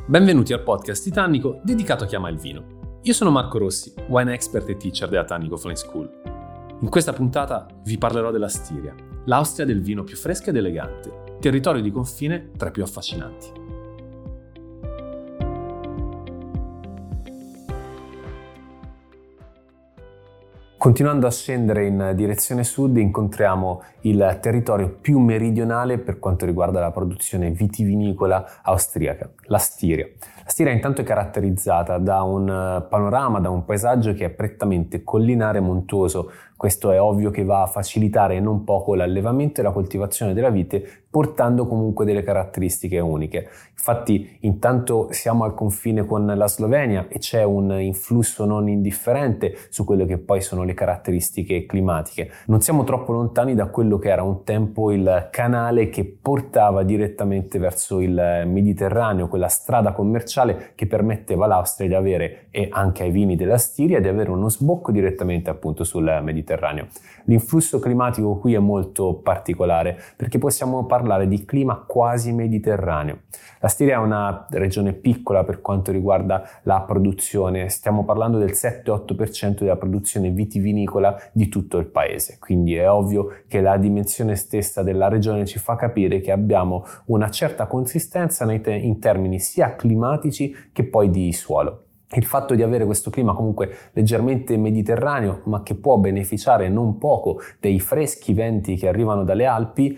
Benvenuti al podcast di Tannico dedicato a chi ama il vino. Io sono Marco Rossi, wine expert e teacher della Tannico Flying School. In questa puntata vi parlerò della Stiria, l'Austria del vino più fresco ed elegante, territorio di confine tra i più affascinanti. Continuando a scendere in direzione sud incontriamo il territorio più meridionale per quanto riguarda la produzione vitivinicola austriaca, la Stiria. La Stiria intanto è caratterizzata da un panorama, da un paesaggio che è prettamente collinare e montuoso. Questo è ovvio che va a facilitare non poco l'allevamento e la coltivazione della vite, portando comunque delle caratteristiche uniche. Infatti, intanto siamo al confine con la Slovenia e c'è un influsso non indifferente su quelle che poi sono le caratteristiche climatiche. Non siamo troppo lontani da quello che era un tempo il canale che portava direttamente verso il Mediterraneo, quella strada commerciale che permetteva all'Austria di avere, e anche ai vini della Stiria, di avere uno sbocco direttamente appunto sul Mediterraneo. L'influsso climatico qui è molto particolare perché possiamo parlare di clima quasi mediterraneo. La Stiria è una regione piccola per quanto riguarda la produzione, stiamo parlando del 7-8% della produzione vitivinicola di tutto il paese, quindi è ovvio che la dimensione stessa della regione ci fa capire che abbiamo una certa consistenza in termini sia climatici che poi di suolo. Il fatto di avere questo clima comunque leggermente mediterraneo, ma che può beneficiare non poco dei freschi venti che arrivano dalle Alpi,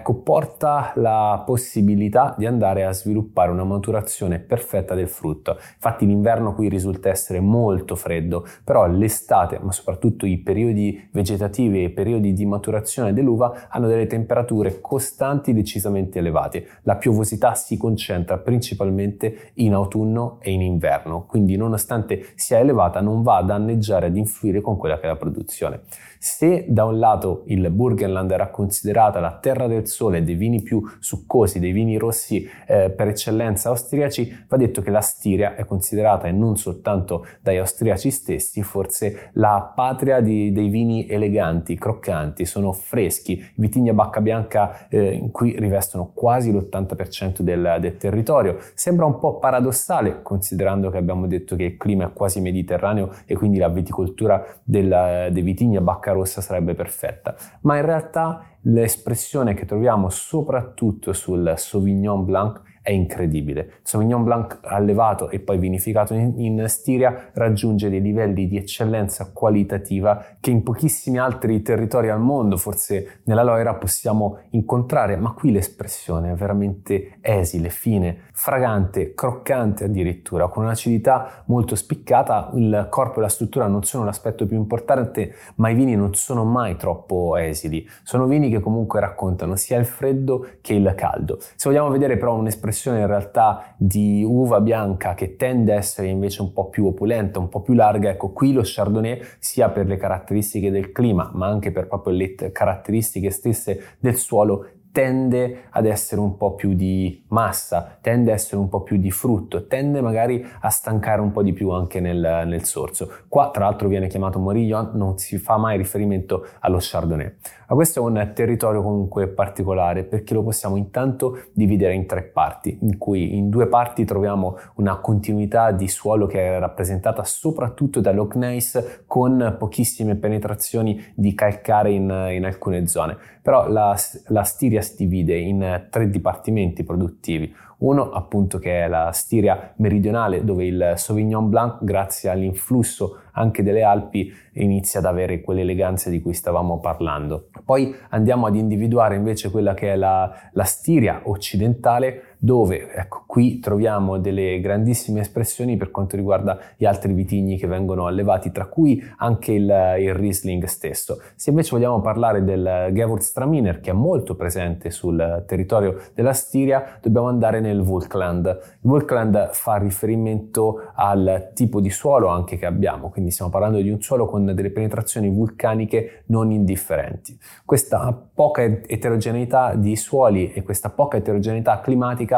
porta la possibilità di andare a sviluppare una maturazione perfetta del frutto. Infatti l'inverno qui risulta essere molto freddo, però l'estate, ma soprattutto i periodi vegetativi e i periodi di maturazione dell'uva hanno delle temperature costanti decisamente elevate. La piovosità si concentra principalmente in autunno e in inverno, quindi nonostante sia elevata non va a danneggiare, ad influire con quella che è la produzione. Se da un lato il Burgenland era considerata la terra del sole, dei vini più succosi, dei vini rossi per eccellenza austriaci, va detto che la Stiria è considerata, e non soltanto dagli austriaci stessi, forse la patria dei vini eleganti, croccanti, sono freschi. I vitigni a bacca bianca in cui rivestono quasi l'80% del territorio. Sembra un po' paradossale considerando che abbiamo detto che il clima è quasi mediterraneo e quindi la viticoltura dei vitigni a bacca rossa sarebbe perfetta, ma in realtà l'espressione che troviamo soprattutto sul Sauvignon Blanc è incredibile. Il Sauvignon Blanc allevato e poi vinificato in Stiria raggiunge dei livelli di eccellenza qualitativa che in pochissimi altri territori al mondo, forse nella Loira, possiamo incontrare, ma qui l'espressione è veramente esile, fine, fragante, croccante addirittura, con un'acidità molto spiccata. Il corpo e la struttura non sono l'aspetto più importante, ma i vini non sono mai troppo esili. Sono vini che comunque raccontano sia il freddo che il caldo. Se vogliamo vedere però un'espressione in realtà di uva bianca che tende a essere invece un po' più opulenta, un po' più larga, ecco qui lo Chardonnay, sia per le caratteristiche del clima ma anche per proprio le caratteristiche stesse del suolo, tende ad essere un po' più di massa, tende a essere un po' più di frutto, tende magari a stancare un po' di più anche nel sorso. Qua tra l'altro viene chiamato Morillon, non si fa mai riferimento allo Chardonnay. Ma questo è un territorio comunque particolare perché lo possiamo intanto dividere in tre parti, in cui in due parti troviamo una continuità di suolo che è rappresentata soprattutto da Lough Neagh con pochissime penetrazioni di calcare in alcune zone. Però la Stiria si divide in tre dipartimenti produttivi. Uno appunto che è la Stiria meridionale, dove il Sauvignon Blanc, grazie all'influsso anche delle Alpi, inizia ad avere quelle eleganze di cui stavamo parlando. Poi andiamo ad individuare invece quella che è la Stiria occidentale, dove qui troviamo delle grandissime espressioni per quanto riguarda gli altri vitigni che vengono allevati, tra cui anche il Riesling stesso. Se invece vogliamo parlare del Gewürztraminer, che è molto presente sul territorio della Stiria, dobbiamo andare nel Vogtland. Il Vogtland fa riferimento al tipo di suolo anche che abbiamo, quindi stiamo parlando di un suolo con delle penetrazioni vulcaniche non indifferenti. Questa poca eterogeneità di suoli e questa poca eterogeneità climatica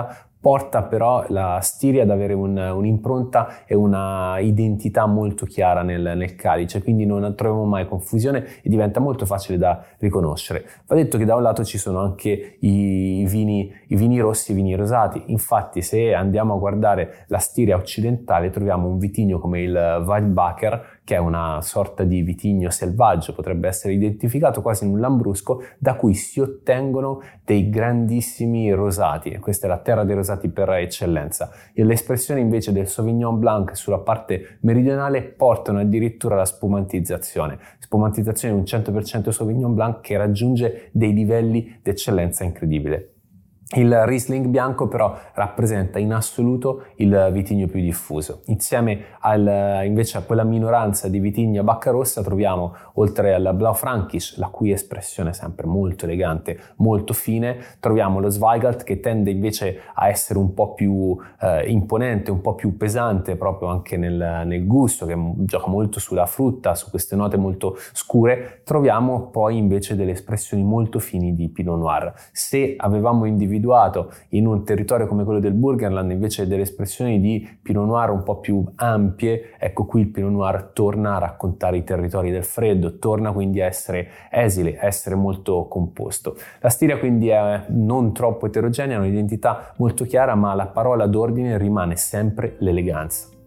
porta però la Styria ad avere un'impronta e una identità molto chiara nel calice, quindi non troviamo mai confusione e diventa molto facile da riconoscere. Va detto che da un lato ci sono anche i vini rossi e i vini rosati. Infatti, se andiamo a guardare la Styria occidentale, troviamo un vitigno come il Wildbacher, che è una sorta di vitigno selvaggio, potrebbe essere identificato quasi in un lambrusco, da cui si ottengono dei grandissimi rosati, e questa è la terra dei rosati per eccellenza. E le espressioni invece del Sauvignon Blanc sulla parte meridionale portano addirittura alla spumantizzazione di un 100% Sauvignon Blanc che raggiunge dei livelli di eccellenza incredibile. Il Riesling bianco però rappresenta in assoluto il vitigno più diffuso. Insieme invece a quella minoranza di vitigni a bacca rossa troviamo, oltre al Blaufränkisch, la cui espressione è sempre molto elegante, molto fine, troviamo lo Zweigalt, che tende invece a essere un po' più imponente, un po' più pesante proprio anche nel gusto, che gioca molto sulla frutta, su queste note molto scure. Troviamo poi invece delle espressioni molto fini di Pinot Noir. Se avevamo individuato in un territorio come quello del Burgenland invece delle espressioni di Pinot Noir un po' più ampie, ecco qui il Pinot Noir torna a raccontare i territori del freddo, torna quindi a essere esile, a essere molto composto. La Styria quindi è non troppo eterogenea, ha un'identità molto chiara, ma la parola d'ordine rimane sempre l'eleganza.